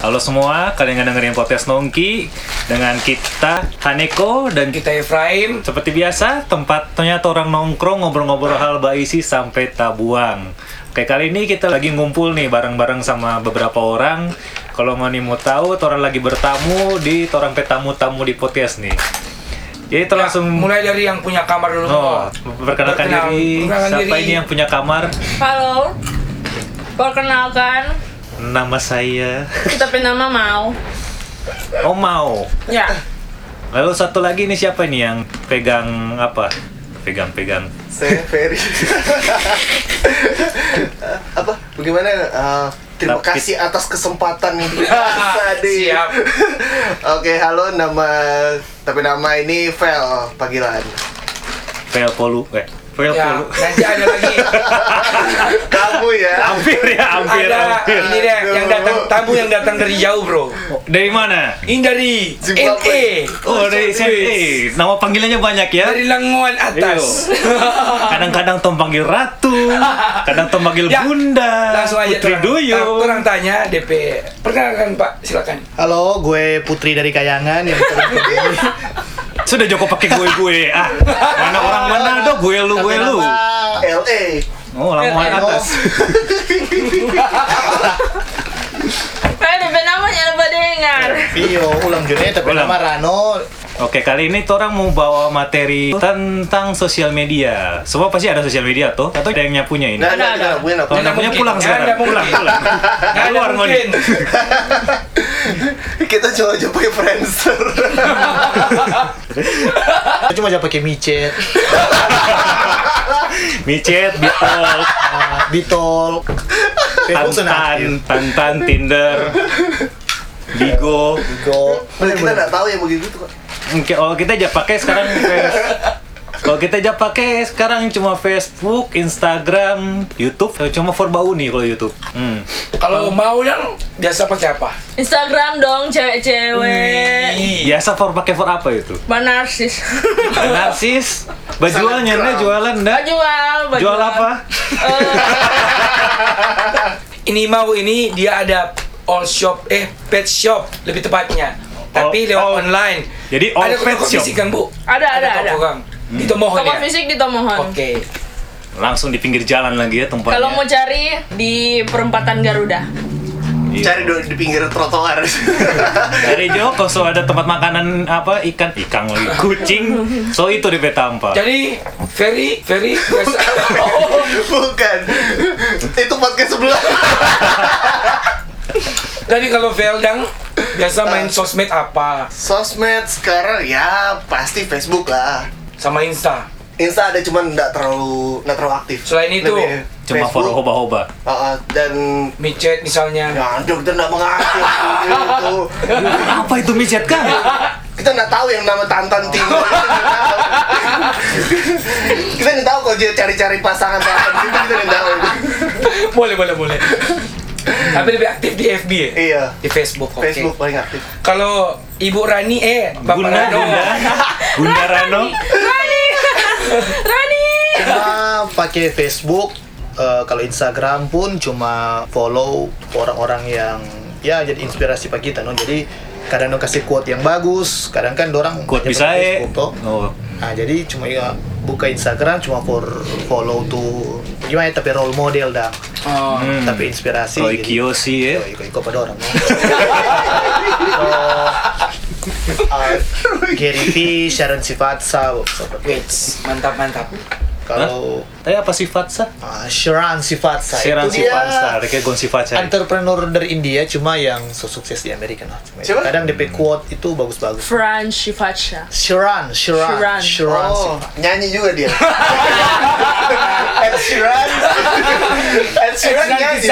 Halo semua, kalian dengerin podcast Nongki dengan kita Haneko dan Kita Efraim. seperti biasa, tempatnya orang nongkrong ngobrol-ngobrol hal baisi sampai tabuang. Oke, kali ini kita lagi ngumpul nih bareng-bareng sama beberapa orang. Kalau mau tahu, orang lagi bertamu di orang petamu-tamu di podcast nih. Jadi Ya, langsung mulai dari yang punya kamar dulu. perkenalkan diri. Siapa ini yang punya kamar? Halo, perkenalkan, Nama saya tapi nama Mau. Oh Mau. Ya, Lalu satu lagi nih siapa nih yang pegang apa? Pegang. Saya Ferry. Apa? Bagaimana? Terima Tapi- kasih atas kesempatan yang tadi. Siap. Oke, halo, nama ini Vel Pagilan. Pel Polu. Pel Ya, Polu. nanti ada lagi. Kamu ya? Hampir. Ada ini deh yang datang, tamu yang datang dari jauh, Bro. Dari mana? Ini dari Zimbabwe. LA. Oh, dari sini. Nama panggilannya banyak ya. Dari Langoan atas. Kadang-kadang tom panggil Ratu, kadang tom panggil Ya, Bunda, Langsung aja Putri Duyung. Orang tanya DP. Perkenalkan Pak, silakan. Halo, gue Putri dari Kayangan yang betul ini. Sudah Joko pakai gue. Mana orang Manado, gue lu. LA. Oh, Lamongan atas. DP namanya lupa dengar. Iyo, ulang june tapi Ulang. nama Rano. Oke, kali ini orang mau bawa materi tentang sosial media. Semua pasti ada sosial media tuh, atau ada yang nyapunya ini? Ada. Gue Kalau Nggak nyapunya mungkin. pulang Nggak sekarang. mungkin. Pulang. Nggak ada Keluar, Ngoni. mungkin. Kita cuma pakai Friendster. Kita cuma aja pakai micet, Micet, Bitol, Bitol, Facebook sudah aktif. Tantan, Tinder, Bigo. Go. Kita nggak tahu yang begitu kok. Kalau kita aja pakai sekarang cuma Facebook, Instagram, YouTube, cuma for bau nih kalau YouTube. Kalau mau yang biasa pakai apa? Instagram dong, cewek-cewek. Biasa pakai for apa itu? Banarsis. Narsis. Bajualnya nih jualan enggak? Jual apa? Ini mau ini dia ada pet shop lebih tepatnya. Tapi lewat online. Jadi all Ada pet toko shop. fisik kan, Bu? Ada. toko kan? Di Tomohon Toko ya? fisik di Tomohon. Oke. Langsung di pinggir jalan lagi ya tempatnya. Kalau mau cari di perempatan Garuda. Iya. Cari di pinggir trotoar. Dari Joko so ada tempat makanan apa ikan lagi kucing. So itu di Petampa. Jadi Ferry biasa. Bukan. Itu podcast sebelah. Jadi kalau Veldang biasa main sosmed apa? Sosmed sekarang ya pasti Facebook lah. Sama Insta. Insta ada cuman nggak terlalu aktif. Selain itu, Lebih Cuma for Facebook, hoba-hoba. dan micet misalnya. ya kita nggak mengerti itu. Apa itu micet kan? Kita nggak tahu yang nama Tantan Tinder. Kita nggak tahu kalau dia cari-cari pasangan Tantan Tinder, kita nggak tahu. Boleh. Tapi lebih aktif di FB ya? Iya. Di Facebook, oke. Facebook paling aktif. Kalau Ibu Rani, Bapak Rano. Bunda Rano. Rani. Cuma pakai Facebook. Kalau Instagram pun cuma follow orang-orang yang ya jadi inspirasi bagi kita, no. Jadi kadang kasih quote yang bagus, kadang kan dorang Quote aja bisa pakai Facebook, toh. Oh. Nah, jadi cuma ya buka Instagram cuma for follow tuh gimana ya, tapi role model dah. Oh. Tapi inspirasi. Roy Kiyoshi ya. Ikut pada orang. Gary V, Sharon Sifatsa, Wait, mantap. kalau Tapi apa sifat sah? Sharon Sifatsa Seran itu dia sifat kayak gon sifat entrepreneur dari India, cuma yang sukses di Amerika, nah. Siapa? Kadang DP quote itu bagus-bagus. Fran Shifatsha. Sharon Sharon. Oh, nyanyi juga dia. Ed Sheeran. Ed Sheeran nyanyi.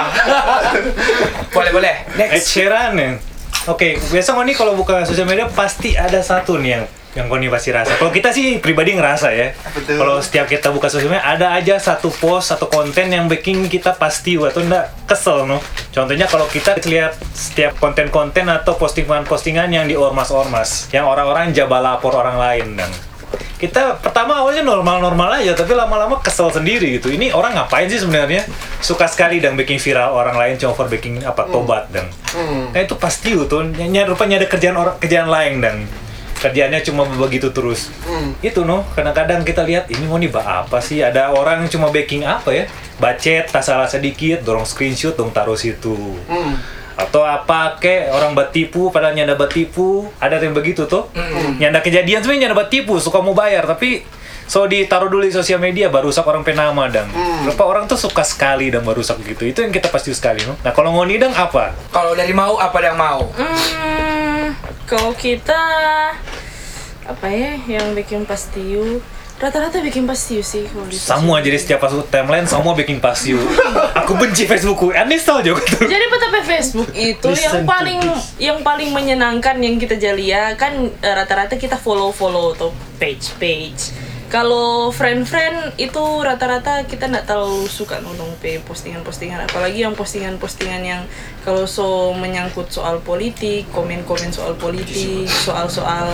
Boleh. Ed Next. Sheeran ya. Oke, biasa Ngoni kalau buka sosial media pasti ada satu nih yang Ngoni pasti rasa. Kalau kita sih pribadi ngerasa ya. Betul. Kalau setiap kita buka sosial media ada aja satu post, satu konten yang bikin kita pasti atau enggak kesel, no. Contohnya kalau kita lihat setiap konten-konten atau postingan-postingan yang di ormas-ormas, yang orang-orang jaba lapor orang lain dan kita pertama awalnya normal-normal aja, tapi lama-lama kesel sendiri gitu. Ini orang ngapain sih sebenarnya? Suka sekali dan bikin viral orang lain cuma for bikin tobat dan. Nah itu pasti tuh. Rupanya ada kerjaan lain dan kerjaannya cuma begitu terus. Itu kadang-kadang kita lihat ini mau nih apa sih? Ada orang cuma baking apa ya? Bacet, tak salah sedikit, dorong screenshot, dong taruh situ. Atau apa kek orang batipu padahal nyanda batipu, ada yang begitu tuh. Nyanda kejadian sebenarnya nyanda batipu, suka mau bayar tapi so ditaruh dulu di sosial media baru rusak orang penama dan berapa orang tuh suka sekali dan baru rusak gitu. Itu yang kita pasti sekali. Nah kalau ngoni dang apa? Kalau dari mau apa yang mau? Kalau kita apa ya yang bikin pastiu? Rata-rata bikin pastiu sih kalau di Semua jadi setiap masuk timeline semua bikin pastiu. Aku benci Facebookku, uninstall juga tuh. Jadi tapi Facebook itu yang paling menyenangkan yang kita jalia kan rata-rata kita follow tuh page. Kalau friend itu rata-rata kita nggak terlalu suka nonton postingan-postingan, apalagi yang postingan-postingan yang kalau menyangkut soal politik, komen-komen soal politik, soal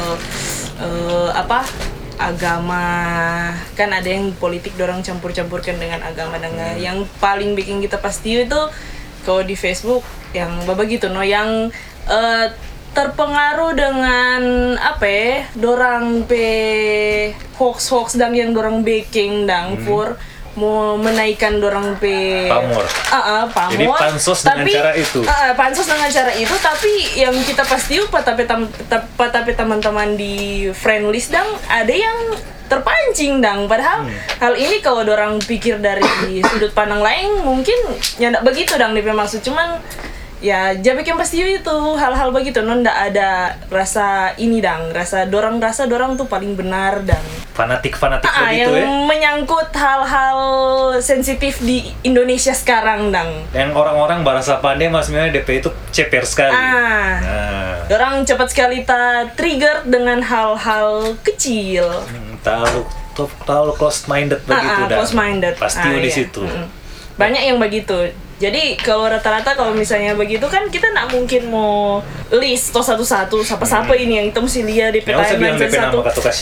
agama, kan ada yang politik dorang campur-campurkan dengan agama dengan yang paling bikin kita pasti itu kalau di Facebook yang begitu yang terpengaruh dengan dorang hoax dan yang dorang baking dan for mau menaikkan dorang pamor. Pamor. Jadi pansos dengan cara itu. Pansos dengan cara itu, tapi yang kita pasti tapi teman-teman di friend list dang ada yang terpancing dang. Padahal hal ini kalau dorang pikir dari sudut pandang lain mungkin ndak begitu dang dia maksud, cuman ya bikin pasti itu hal-hal begitu ndak ada rasa ini dang, rasa dorang tuh paling benar dan fanatik begitu yang ya menyangkut hal-hal sensitif di Indonesia sekarang dang, yang orang-orang bahasa pandai mas sebenarnya DP itu ceper sekali. Dorang cepat sekali trigger dengan hal-hal kecil. Terlalu close minded begitu dah. Close minded. Pasti di situ. Banyak yang begitu. Jadi kalau rata-rata kalau misalnya begitu kan kita nak mungkin mau list satu-satu siapa ini yang kita mesti lihat di timeline satu.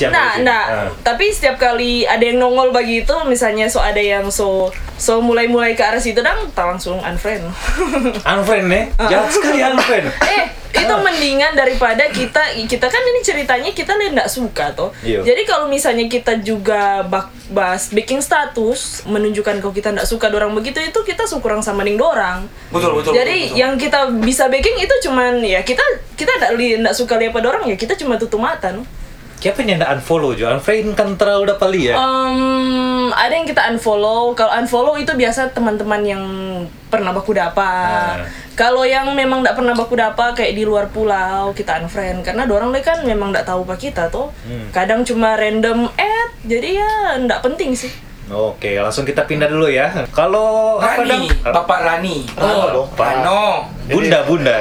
Tapi setiap kali ada yang nongol begitu, misalnya ada yang mulai ke arah situ dang, langsung unfriend. Unfriend nih, jahat sekali unfriend. Itu mendingan daripada kita kan ini ceritanya kita nggak suka toh. Jadi kalau misalnya kita juga bahas baking status menunjukkan kalau kita nggak suka dorang begitu, itu kita kurang sama ning dorang. Betul. Jadi yang kita bisa baking itu cuman ya kita nggak suka lihat pada dorang, ya kita cuma tutup mata no. Siapa yang nggak unfollow juga? Unfriend kan terlalu dapat lihat. Ada yang kita unfollow. Kalau unfollow itu biasa teman-teman yang pernah baku dapa. Kalau yang memang nggak pernah baku dapa kayak di luar pulau kita unfriend karena dorang kan memang nggak tahu apa kita tuh. Kadang cuma random add, jadi ya nggak penting sih. Oke, langsung kita pindah dulu ya. Kalau Rani, Bapak Rani. Rano. Bunda.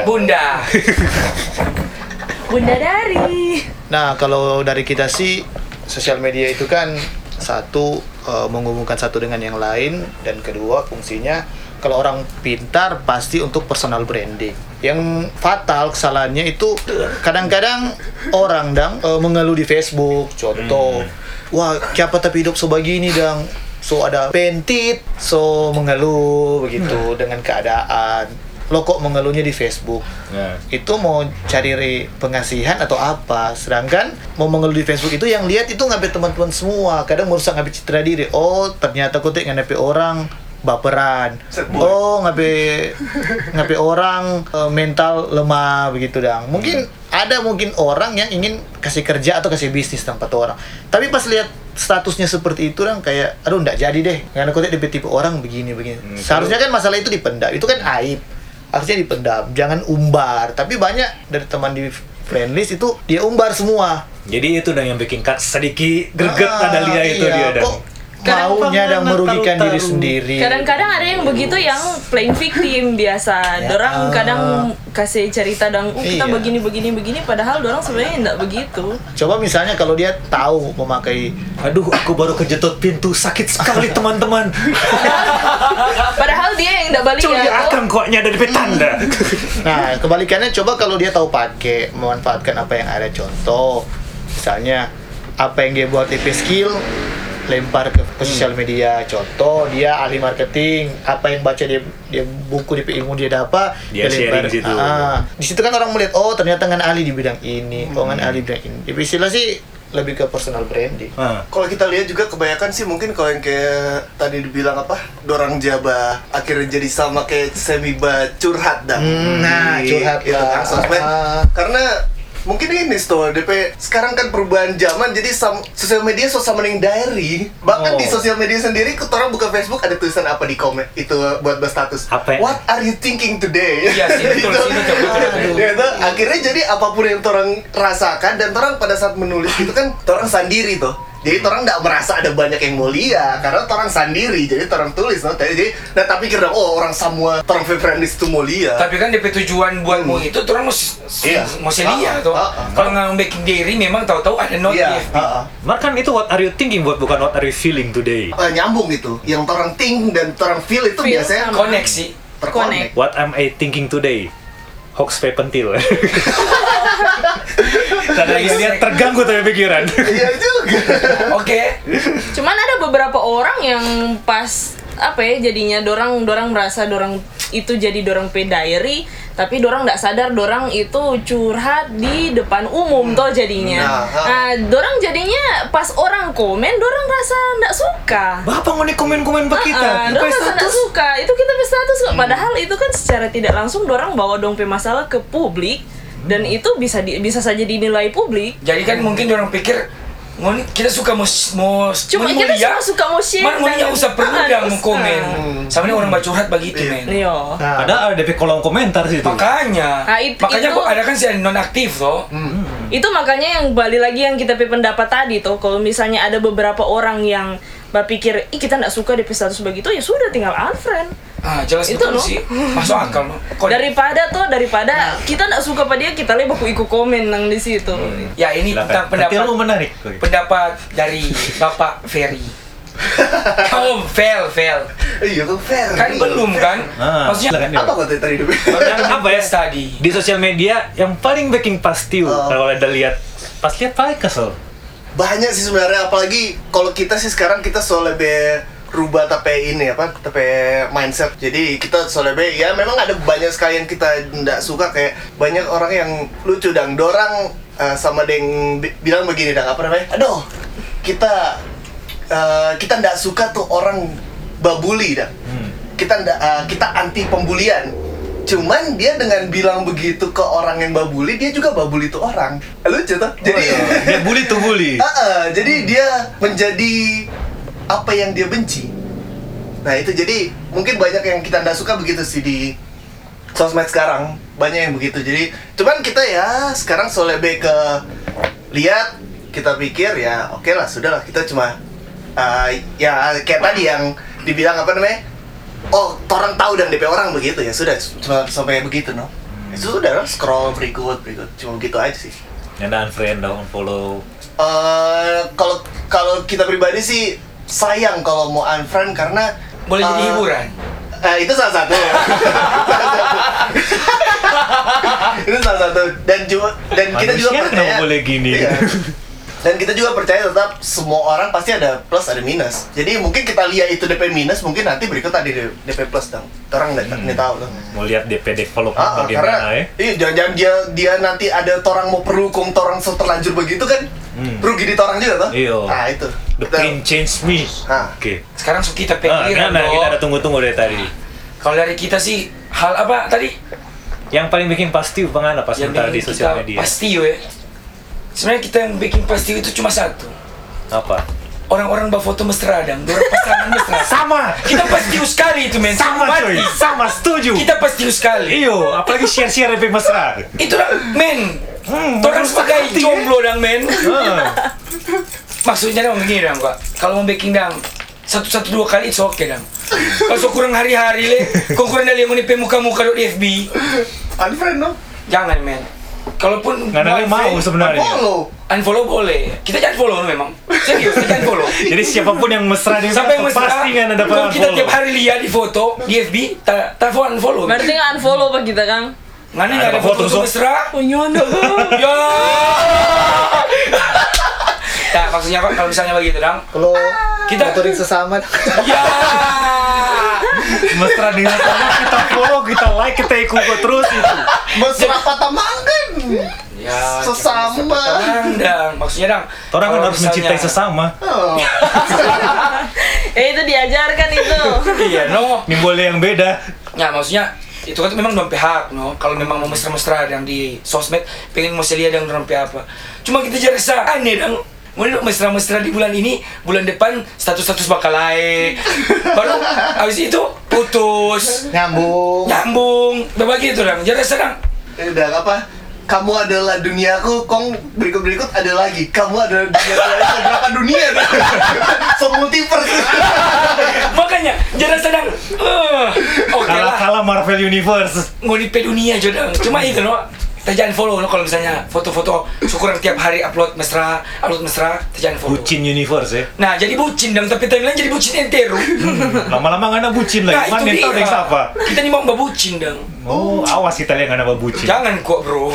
Bunda dari. Nah, kalau dari kita sih sosial media itu kan satu menghubungkan satu dengan yang lain, dan kedua fungsinya kalau orang pintar pasti untuk personal branding. Yang fatal kesalahannya itu kadang-kadang orang mengeluh di Facebook, contoh, wah siapa tapi hidup sebegini dang, ada pentit, mengeluh begitu dengan keadaan. Lo kok mengeluhnya di Facebook? Itu mau cari pengasihan atau apa? Sedangkan mau mengeluh di Facebook itu yang lihat itu ngapain teman-teman semua. Kadang merusak ngapain citra diri. Oh ternyata kok ngapain orang baperan. Oh ngapain orang mental lemah begitu dang. Mungkin ada orang yang ingin kasih kerja atau kasih bisnis tempat orang. Tapi pas lihat statusnya seperti itu dang kayak aduh ndak jadi deh. Karena kok tipe orang begini. Seharusnya kan masalah itu dipendam. Itu kan aib. Harusnya dipendam, jangan umbar. Tapi banyak dari teman di friendlist itu dia umbar semua. Jadi itu yang bikin sedikit greget ada lihat itu dia maunya dan merugikan diri sendiri. Kadang-kadang ada yang begitu yang playing victim biasa. Dorang kadang kasih cerita kita begini padahal dorang sebenarnya enggak begitu. Coba misalnya kalau dia tahu memakai, aduh aku baru kejedot pintu, sakit sekali teman-teman. Padahal dia yang enggak balik ya. Akan koknya dari petanda. Nah, kebalikannya coba kalau dia tahu memanfaatkan apa yang ada, contoh misalnya apa yang dia buat DP skill lempar ke sosial media. Contoh dia ahli marketing, apa yang baca dia buku DP ilmu dia dapat, Dia sharing situ. Di situ kan orang melihat oh ternyata kan ahli di bidang ini, oh kan ahli di bidang ini. DP istilah sih lebih ke personal branding. Kalau kita lihat juga kebanyakan sih mungkin kalau yang kayak tadi dibilang apa, dorang jaba akhirnya jadi sama kayak semi curhat dah. Nah, curhat itu kan lah. sosmed. Karena mungkin ini tuh DP sekarang kan perubahan zaman, jadi sosial media sama ning diary. Bahkan di sosial media sendiri orang buka Facebook ada tulisan apa di komen itu buat berstatus. Apa ya? What are you thinking today? Iya sih, betul sih, betul. Ya, itu akhirnya jadi apapun yang orang rasakan dan orang pada saat menulis itu kan orang sendiri tuh. Jadi orang nggak merasa ada banyak yang mau lihat karena orang sendiri. Jadi orang tulis, no? Jadi, nah tapi kira orang semua orang friendless itu mau lihat. Tapi kan DP tujuan buatmu itu orang mau lihat tuh. Kalau nggak bikin diri memang tahu-tahu ada note di FB. Kan itu what are you thinking buat, bukan what are you feeling today. Nyambung gitu. Yang orang think dan orang feel itu Feel biasanya sama. Koneksi. terkonek. What am I thinking today? Hoax pentil. Karena dia terganggu tuh pikiran. Iya juga. Oke. Cuman ada beberapa orang yang pas apa ya jadinya dorang merasa dorang itu jadi dorang pe diary, tapi dorang nggak sadar dorang itu curhat di depan umum toh jadinya. Nah, dorang jadinya pas orang komen dorang rasa nggak suka. Bapak mau nih komen-komen pak kita. Dorang rasa nggak suka, itu kita pe status kok. Padahal itu kan secara tidak langsung dorang bawa dong pe masalah ke publik. Dan itu bisa saja dinilai publik. Jadi kan mungkin orang pikir kita suka mau Cuma kita cuma suka mau share. mau nggak usah perlu yang mau komen. Sama ini orang baca curhat begitu men. Iya. Ada DP kolom komentar sih itu. Makanya itu, ada kan si non aktif toh. Itu makanya yang balik lagi yang kita pe pendapat tadi tuh, kalau misalnya ada beberapa orang yang berpikir kita nggak suka DP status begitu, ya sudah tinggal unfriend. Jelas Itu betul loh. sih. Masuk akal no. Daripada kita nggak suka pada dia, kita lihat baku ikut komen nang di situ. Ya ini tentang pendapat menarik. pendapat dari Bapak Ferry. Oh, fail. Iya kan fair. Kan belum kan? Maksudnya Apa kata tadi DP? apa ya tadi? di sosial media yang paling baking pasti kalau ada lihat paling kesel. Banyak sih sebenarnya, apalagi kalau kita sih sekarang kita soal lebih rubah tapi ini apa, tapi mindset. Jadi kita soal lebih ya memang ada banyak sekali yang kita nggak suka, kayak banyak orang yang lucu dan dorang sama deng bilang begini dang apa namanya? Aduh, kita nggak suka tuh orang babuli dah. Kita anti pembulian. Cuman dia dengan bilang begitu ke orang yang babuli, dia juga babuli tuh orang. Lucu tuh. Jadi Dia bully tuh bully. jadi dia menjadi apa yang dia benci. Nah itu jadi mungkin banyak yang kita nggak suka begitu sih di sosmed sekarang, banyak yang begitu. Jadi cuman kita ya sekarang lebih ke lihat, kita pikir ya oke lah, sudahlah, kita cuma ya kayak tadi yang dibilang apa namanya, oh orang tahu dan DP orang begitu, ya sudah cuma sampai begitu no. Ya sudah, scroll berikut cuma begitu aja sih. Yang unfriend, unfollow. Kalau kita pribadi sih sayang kalau mau unfriend karena Boleh jadi hiburan. Itu salah satu. Itu salah satu dan kita juga Manusia percaya kenapa boleh gini? Iya. Dan kita juga percaya tetap semua orang pasti ada plus ada minus. Jadi mungkin kita lihat itu DP minus, mungkin nanti berikut ada DP plus dong. Orang nggak tahu tuh. Mau lihat DP development bagaimana ya? Iya, jangan-jangan dia nanti ada orang mau perhukum orang terlanjur begitu kan? Rugi di orang juga tuh. Iya. Nah itu. The pain changed me. Oke. Sekarang kita pikiran Kita ada tunggu-tunggu dari tadi. Kalau dari kita sih hal apa tadi? Yang paling bikin pasti bagaimana pas Yang sementara di bikin sosial kita media? Pasti ya. Sebenarnya kita yang bikin pasti itu cuma satu. Apa? Orang-orang berfoto mesra dan dorang pasangan mesra. Sama. Kita pasti sekali itu men. Sama coy. Sama, setuju. Kita pasti sekali. Iyo, apalagi share-share DP mesra. Itu lah men. Orang sebagai jomblo dang men. Maksudnya dong gini dong Pak. Kalau mau baking dang 1-2 kali itu oke dang. Kalau so kurang hari-hari le, kau kurang dari yang menipe muka-muka di FB. Unfriend no? Jangan men. Kalaupun Nggak ada yang mau sebenarnya. unfollow boleh. Kita jangan follow memang. Serius, kita jangan follow. Jadi siapapun yang mesra dia Sampai yang mesra, pasti nggak ada kalau kita follow. tiap hari lihat di foto di FB, tak unfollow. Berarti nggak unfollow apa kita Kang? Mana nggak ada foto mesra? Oh nyono. Ya. Tak maksudnya kok kalau misalnya begitu dong. Kalau Kita- motorin sesama. Ya. Mesra dengan sama kita follow, kita like, kita ikut terus itu. Mesra patah mangan. Ya, Sesama. Dang. Maksudnya dang. Orang kan kalau harus misalnya- mencintai sesama. Oh. Itu diajarkan itu. Iya, no. Nimbulnya yang beda. Ya, maksudnya itu kan memang dong pihak, no. Kalau memang mau mesra-mesra yang di sosmed, pengen mau lihat yang dong apa. Cuma kita jarasa aneh dong. Mau mesra-mesra di bulan ini, bulan depan status-status bakal naik. Baru habis itu putus, Nyambung. begitu dong. Jarasa dong. Udah apa? Kamu adalah duniaku, kong berikut ada lagi. Kamu adalah duniaku, berapa dunia? So multiverse. Makanya jarasa dong. Oke lah. Kalah Marvel Universe. Ngonipe dunia jodoh. Cuma itu no. Kita jangan follow no kalau misalnya foto-foto syukuran tiap hari upload mesra, kita jangan follow. Bucin Universe ya. Nah, jadi bucin dong, tapi timeline jadi bucin entero. Lama-lama nggak ada bucin Nah, lagi. Mana itu tahu dia. deh siapa. Kita nih mau bucin dong. Oh, awas kita lihat nggak ada bucin. Jangan kok, bro.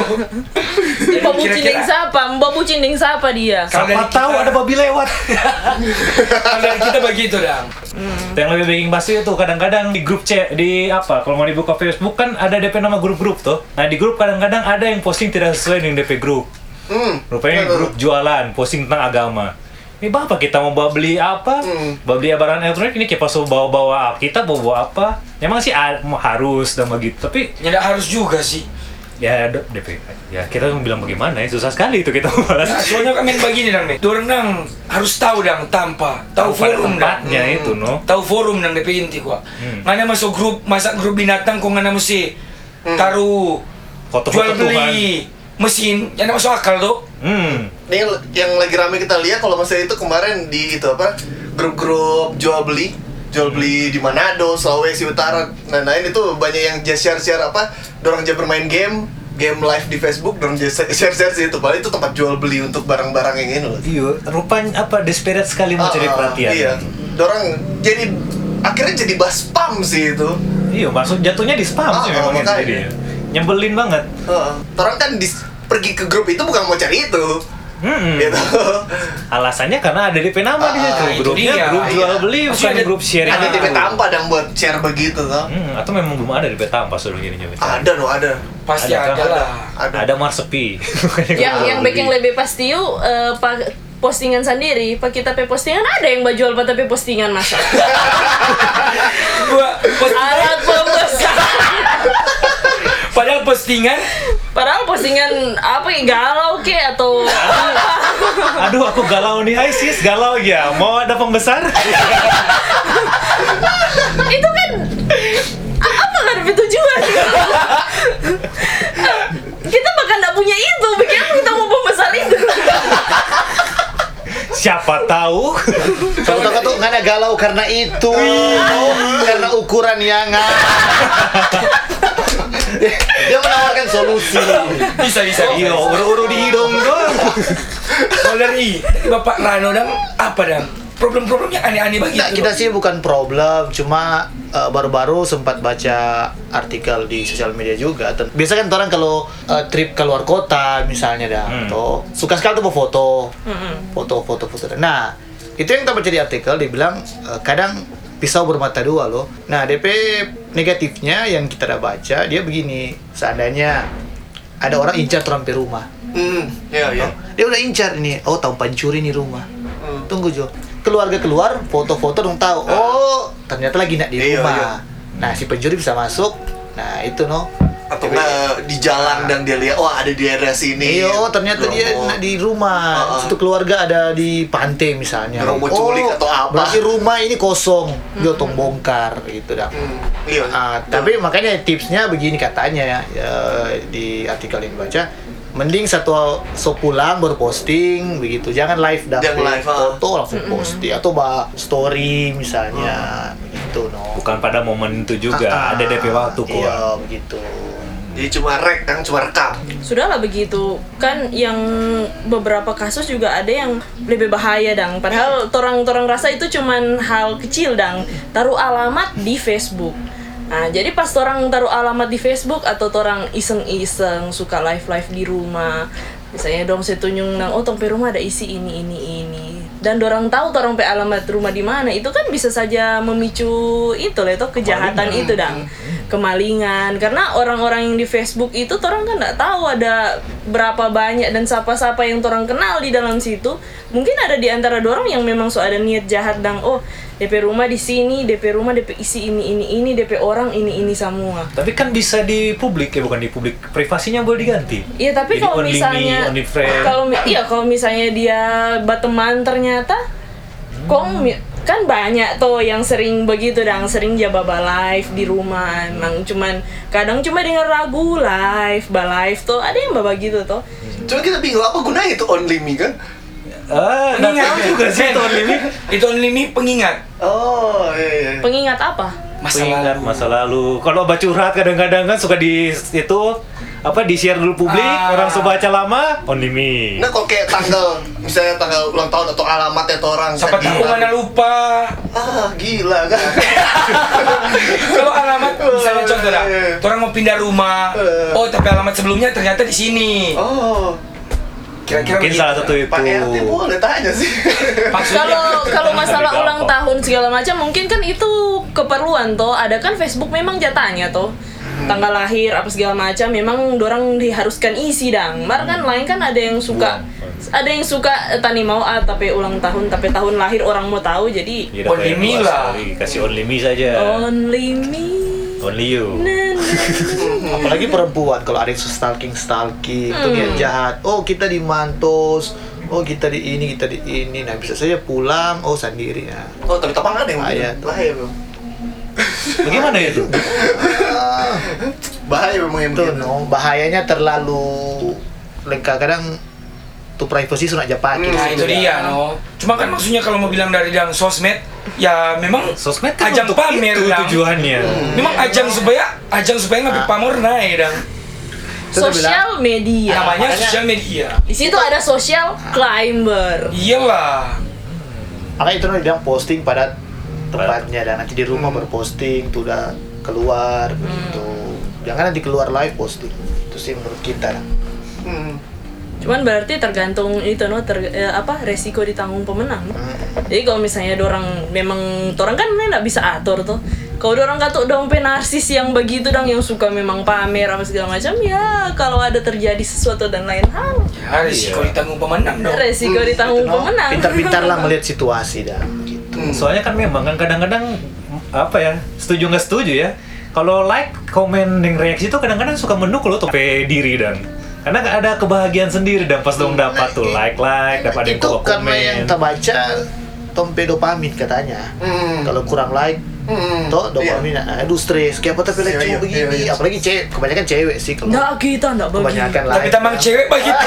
Mbak bucin Kira-kira- yang siapa? Mbak bucin yang siapa dia? Kalau Siapa dari tahu kita- ada babi lewat. Kalau dari kita begitu dong. Yang lebih bikin pasti itu kadang-kadang di grup chat di apa kalau mau dibuka Facebook kan ada DP nama grup-grup tuh. Nah di grup kadang-kadang ada yang posting tidak sesuai dengan DP grup. Rupanya grup jualan posting tentang agama. Ini bapak kita mau bawa beli apa? Bawa beli barang elektronik ini kita pas bawa-bawa kita bawa apa? Memang sih harus dan begitu. Tapi Ya nggak harus juga sih. ya DP ya kita mau bilang bagaimana ya susah sekali itu kita balas. Nah, soalnya kami begini dong, dorang dong harus tahu dong tahu Tahu pada forum dong. tempatnya itu no. Tahu forum dong DP inti gua. Ngana masuk grup, masa grup binatang kok ngana mesti taruh Foto-foto jual beli mesin, yang masuk akal tuh. Ini yang lagi rame kita lihat kalau masalah itu kemarin di itu apa grup-grup jual beli di Manado, Sulawesi Utara, lain itu banyak yang just share apa, dorang aja bermain game live di Facebook, dorang just share situ, padahal itu tempat jual beli untuk barang-barang yang ini loh. Iya, rupanya apa desperate sekali mau cari perhatian. Iya, dorang jadi akhirnya jadi bahas spam sih itu. Iya, maksud jatuhnya di spam sih memang itu makanya. jadi. Nyebelin banget. Orang kan pergi ke grup itu bukan mau cari itu. Gitu. Alasannya karena ada DP nama di situ. itu Grupnya dia. grup jual Iya. beli Maksudnya bukan ada- grup sharing. Ada itu. tipe tanpa dan buat share begitu toh. Atau memang belum ada DP tanpa suruh gini nyoba. Ada loh, ada. Pasti Ada, ada lah. Ada Marsepi. Yang bikin lebih pasti yuk postingan sendiri, pak kita pe postingan ada yang jual pak tapi postingan masa. Gua Alat pembesar. padahal postingan Padahal postingan apa ya galau ke atau Aduh, aku galau nih. Hai sis, galau ya. Mau ada pembesar? itu kan apa kan lebih tujuan? Kita bahkan nggak punya itu, bikin apa kita mau pembesar itu? Siapa tahu? Kalau tak tuh nggak ada galau karena itu, karena ukuran yang dia menawarkan solusi. bisa. Iya, uru-uru di hidung doang. Kalau dari Bapak Rano dong apa dong? Problem-problemnya aneh-aneh begitu. Nah, kita sih bukan problem, cuma baru-baru sempat baca artikel di sosial media juga. Biasa kan orang kalau trip keluar kota misalnya dah, atau suka sekali tuh mau foto. Nah, itu yang kita baca di artikel, dibilang kadang pisau bermata dua loh. Nah, DP negatifnya yang kita udah baca, dia begini, seandainya ada orang incar sampai rumah. Iya. Dia udah incar ini, oh tahu pencuri nih rumah. Tunggu Jo, keluarga keluar, foto-foto dong tahu. Oh, ternyata lagi nak di Iya, rumah. iya. Nah, si pencuri bisa masuk. Nah, itu no. Atau nggak di jalan dan dia lihat, wah ada di area sini. Iya, oh, ternyata dia nak di rumah. Satu keluarga ada di pantai misalnya. Orang mau culik atau apa. Berarti rumah ini kosong. Dia tong bongkar gitu dah. Iya. Tapi makanya tipsnya begini katanya ya, di artikel yang dibaca, mending so pulang baru posting begitu, jangan live dah, Jangan live, foto langsung posting atau story misalnya begitu no. Bukan pada momen itu juga, ada DP waktu kok. Iya begitu. Jadi cuma cuma rekam. Sudahlah begitu kan, yang beberapa kasus juga ada yang lebih bahaya dang, padahal torang rasa itu cuman hal kecil dang, taruh alamat di Facebook. Nah, jadi pas orang taruh alamat di Facebook atau orang iseng-iseng suka live di rumah, Misalnya dong saya tunjuk nang tong pe rumah ada isi ini. Dan dorang tahu torang pe alamat rumah di mana. Itu kan bisa saja memicu itu lah itu kejahatan itu dang. Kemalingan. Karena orang-orang yang di Facebook itu torang kan enggak tahu ada berapa banyak dan siapa-siapa yang torang kenal di dalam situ. Mungkin ada di antara dorang yang memang ada niat jahat dang. DP rumah di sini, DP rumah DP isi ini, DP orang ini semua. Tapi kan bisa di publik ya, bukan di publik. Privasinya boleh diganti. Iya, tapi Jadi kalau only misalnya me, only friend. kalau misalnya dia berteman ternyata kan banyak tuh yang sering begitu dang, sering jaba live di rumah. Emang kadang cuma dengar lagu live tuh ada yang begitu tuh. Cuma kita bingung apa gunanya itu only me kan? Pengingat juga sih itu only me. Itu only me pengingat. Oh, iya. Pengingat apa? Masa lalu. Kalau baca curhat kadang-kadang kan suka di di-share dulu publik, orang suka baca lama, only me. Nah, kalau kayak misalnya tanggal ulang tahun atau alamatnya tuh orang Siapa tahu mana lupa. Gila kan. Kalau alamat misalnya contoh dah, orang mau pindah rumah. Tapi alamat sebelumnya ternyata di sini. Kira-kira Mungkin salah satu itu. Pak RT boleh tanya sih. Kalau masalah Gampang. ulang tahun segala macam mungkin kan itu keperluan toh. Ada kan Facebook memang jatahnya toh. Tanggal lahir apa segala macam memang dorang diharuskan isi dang. Mar kan lain kan ada yang suka tani mau tapi ulang tahun tapi tahun lahir orang mau tahu jadi Ya, only me lah. Kasih only me saja. only me. Only you. Apalagi perempuan kalau ada yang stalking itu niat jahat. Kita di Mantos, kita di ini. Nah bisa saja pulang, sendiri ya. Tapi tapang ada yang bahaya bro. Bagaimana itu? Bahaya memang yang Tuh, begitu. bahayanya terlalu lengkap kadang tuh privacy sudah aja pakai. Nah itu dia Cuma kan maksudnya kalau mau bilang dari yang sosmed, ya memang Sosmed kan ajang untuk pamer itu dang. tujuannya. Memang ajang supaya ngambil pamor naik dang. Sosial media. Namanya makanya- sosial media. Di situ ada social climber. Iyalah. Makanya itu bilang posting pada tempatnya dan nanti di rumah berposting tuh udah keluar gitu. Jangan nanti keluar live posting. Itu sih menurut kita. Cuman berarti tergantung itu resiko ditanggung pemenang. Jadi kalau misalnya orang kan nggak bisa atur tuh. Kalau orang kata dompe narsis yang begitu yang suka memang pamer apa segala macam ya kalau ada terjadi sesuatu dan lain hal Ya resiko ditanggung pemenang dong. resiko ditanggung pemenang. Pintar-pintar lah melihat situasi dah gitu. Soalnya kan memang kan kadang-kadang setuju nggak setuju ya. Kalau like, komen, dan reaksi itu kadang-kadang suka mendukung lo tope diri dan karena ada kebahagiaan sendiri dan pas dong dapat tuh like, dapat ada yang Itu karena komen. yang terbaca tompe dopamin katanya. Kalau kurang like toh dopamin aduh stres kayak apa tapi like Iya, cuma iya, begini iya. apalagi kebanyakan cewek sih kalau Nggak kita nggak bagi. kebanyakan Tapi like tamang cewek begitu.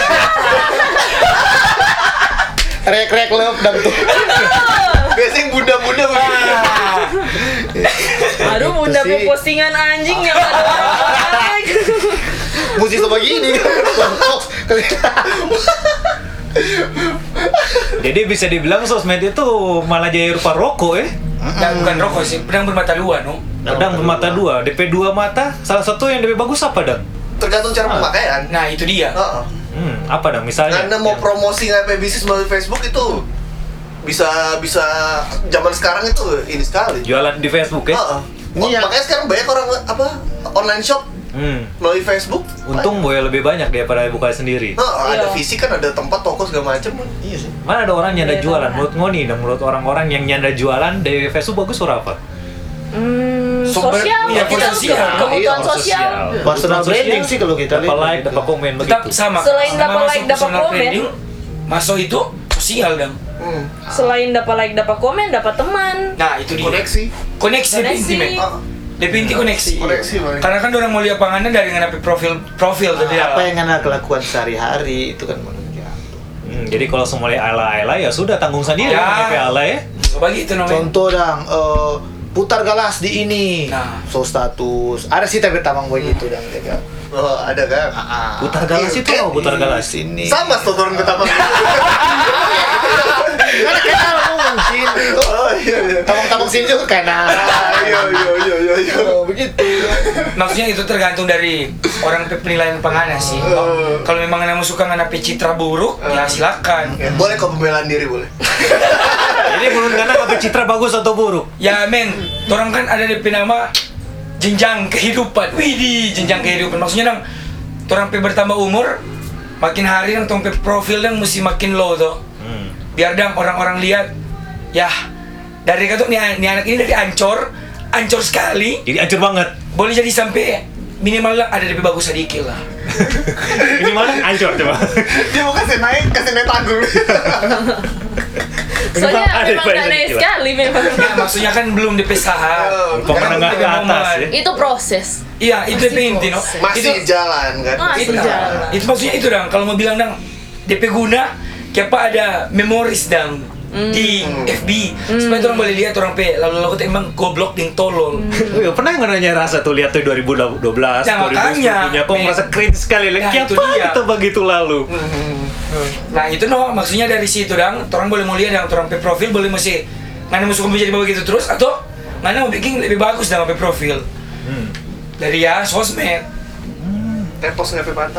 rek love dan tuh Biasanya bunda-bunda begitu. Aduh Gitu bunda sih. postingan anjing yang ada orang like. musik sama gini Jadi bisa dibilang sosmed itu malah jadi rupa rokok ya. Dan bukan rokok sih, pedang bermata dua Pedang bermata dua, DP 2 mata, salah satu yang DP bagus apa dang? Tergantung cara pemakaian. Nah itu dia. Apa dang misalnya? Karena mau promosi ngapain bisnis melalui Facebook itu bisa zaman sekarang itu ini sekali. Jualan di Facebook ya? Iya. Makanya sekarang banyak orang online shop melalui Facebook. Untung boy lebih banyak daripada buka sendiri. Ada Iya. fisik kan, ada tempat toko segala macam. iya sih Mana ada orang nyanda Iya, jualan? benar. Menurut Ngoni dan menurut orang-orang yang nyanda jualan dari Facebook bagus surah apa? Sumber- Sosial, iya, kita sosial. kebutuhan Iya, sosial. Personal branding sih kalau kita dapat lihat. like, dapat komen Tetap begitu. sama. Selain Sama dapat masuk like, dapat personal komen. branding, masuk itu sosial dong. Selain dapat like, dapat komen, dapat teman. Nah itu dia. Koneksi. Koneksi lebih Koneksi. intimate. Lebih inti koneksi. Koneksi, Bang. Karena kan orang mau lihat panganan dari ngapain profil tadi apa yang anda lakukan sehari-hari itu kan menunjukkan. Jadi kalau semuanya ala-ala ya sudah tanggung sendiri Ya. DP ala ya. So bagi itu namanya. Contoh dang putar galas di ini Nah. so status ada sih tapi tamang begitu dang jaga Ada kan? Putar galas Iya, itu kan? apa putar galas? ini Sama tuh turun ke taman. karena kenal semua tamang sin. Oh iya. Tamang sin juga kanan. Iya. Oh, begitu. Maksudnya itu tergantung dari orang penilaian penganas sih. Kalau memang kamu suka nganapi citra buruk, ya silakan. Ya, boleh kok pembelaan diri boleh. Jadi menurut Gana apa citra bagus atau buruk? Ya men, orang kan ada di nama jenjang kehidupan. Widih, jenjang kehidupan. Maksudnya dong, orang bertambah umur, makin hari yang tong profil yang mesti makin low tuh. Biar dong orang-orang lihat, ya dari kata nih anak ini dari ancur sekali. Jadi hancur banget. Boleh jadi sampai minimal lah ada lebih bagus sedikit lah. Minimal hancur coba. Dia mau kasih naik tanggung. Soalnya Ada memang banyak aneh gila. sekali memang. Ya, maksudnya kan belum DP saham. Menengah ke atas ya. Itu proses. Iya, itu DP inti no. Masih jalan kan. Masih jalan. Itu maksudnya itu dong. Kalau mau bilang dong DP guna, siapa ada memoris dong di FB supaya orang boleh lihat orang pe lalu tuh emang goblok ding tolol. Pernah nggak nanya rasa tuh lihat tuh 2012, Ya, makanya. 2010 kok merasa cringe sekali lagi. Nah, itu Apa dia. kita begitu lalu? Nah itu no, maksudnya dari situ dong, orang boleh mau lihat yang orang pe profil boleh masih nggak mau suka menjadi begitu terus atau nggak mau bikin lebih bagus dalam pe profil dari ya sosmed. Tepos nggak patah.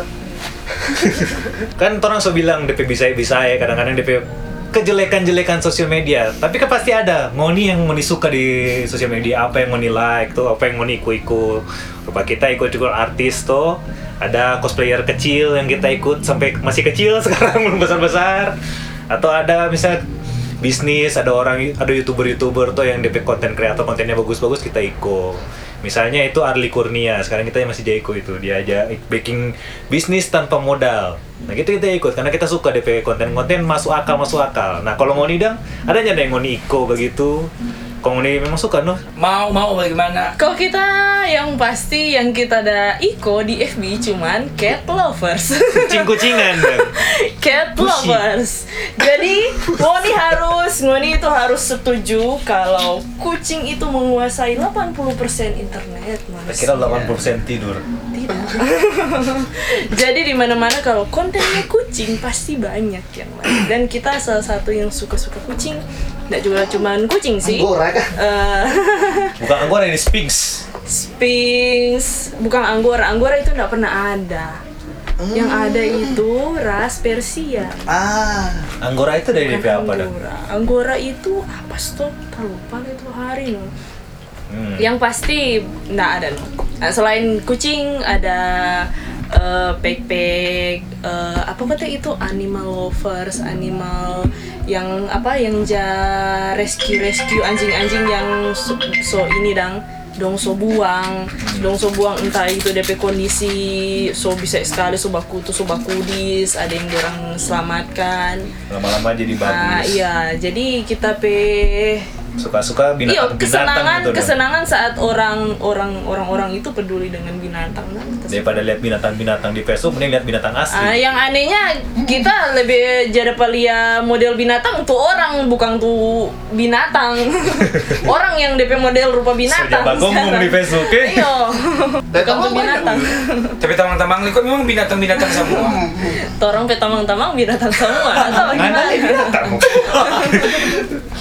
Kan orang so bilang DP bisa ya, kadang-kadang DP kejelekan-jelekan sosial media, tapi kan pasti ada ngoni yang ngoni suka di sosial media, apa yang ngoni like tuh, apa yang ngoni ikut. Rupa kita ikut artis tuh, ada cosplayer kecil yang kita ikut sampai masih kecil sekarang belum besar-besar, atau ada misal bisnis, ada youtuber tuh yang DP konten kreator kontennya bagus-bagus kita ikut. Misalnya itu Arli Kurnia, sekarang kita masih jago itu, dia aja baking bisnis tanpa modal. Nah gitu kita ikut, karena kita suka DP konten-konten masuk akal. Nah kalau Ngoni dang, ada aja yang Ngoni Iko begitu. Kalau Ngoni memang suka no? Mau bagaimana? Kalau kita yang pasti yang kita ada iko di FB cuman cat lovers. Kucing-kucingan dang. Cat lovers. Jadi Ngoni itu harus setuju kalau kucing itu menguasai 80% internet manusia. Kira 80% tidur. Tidak. Jadi di mana-mana kalau kontennya kucing pasti banyak yang lain. Dan kita salah satu yang suka-suka kucing. Nggak juga cuman kucing sih. Anggora kah? Bukan anggora ini Sphinx. Sphinx, bukan Anggora. Anggora itu nggak pernah ada. Yang ada itu ras Persia. Anggora itu dari DP apa dang? Anggora itu apa stop? Lupa itu hari no. Yang pasti nggak ada no. Nah, selain kucing ada pek-pek apa kata itu animal lovers, animal yang apa yang rescue anjing-anjing yang so ini dong so buang entah itu DP kondisi so bisa sekali so bakudis, ada yang orang selamatkan Lama-lama jadi bagus. nah iya jadi kita Suka-suka binatang-binatang gitu dong. kesenangan saat orang itu peduli dengan binatang Daripada lihat binatang-binatang di Facebook, mending lihat binatang asli. yang anehnya kita lebih jadi lihat model binatang tuh orang bukan tuh binatang. Orang yang DP model rupa binatang. Soalnya bagong di Facebook ya. Iya. Bukan tuh binatang. Tapi tamang-tamang ikut memang binatang-binatang semua. Torong pe tamang-tamang binatang semua atau Mana gimana? nih binatang?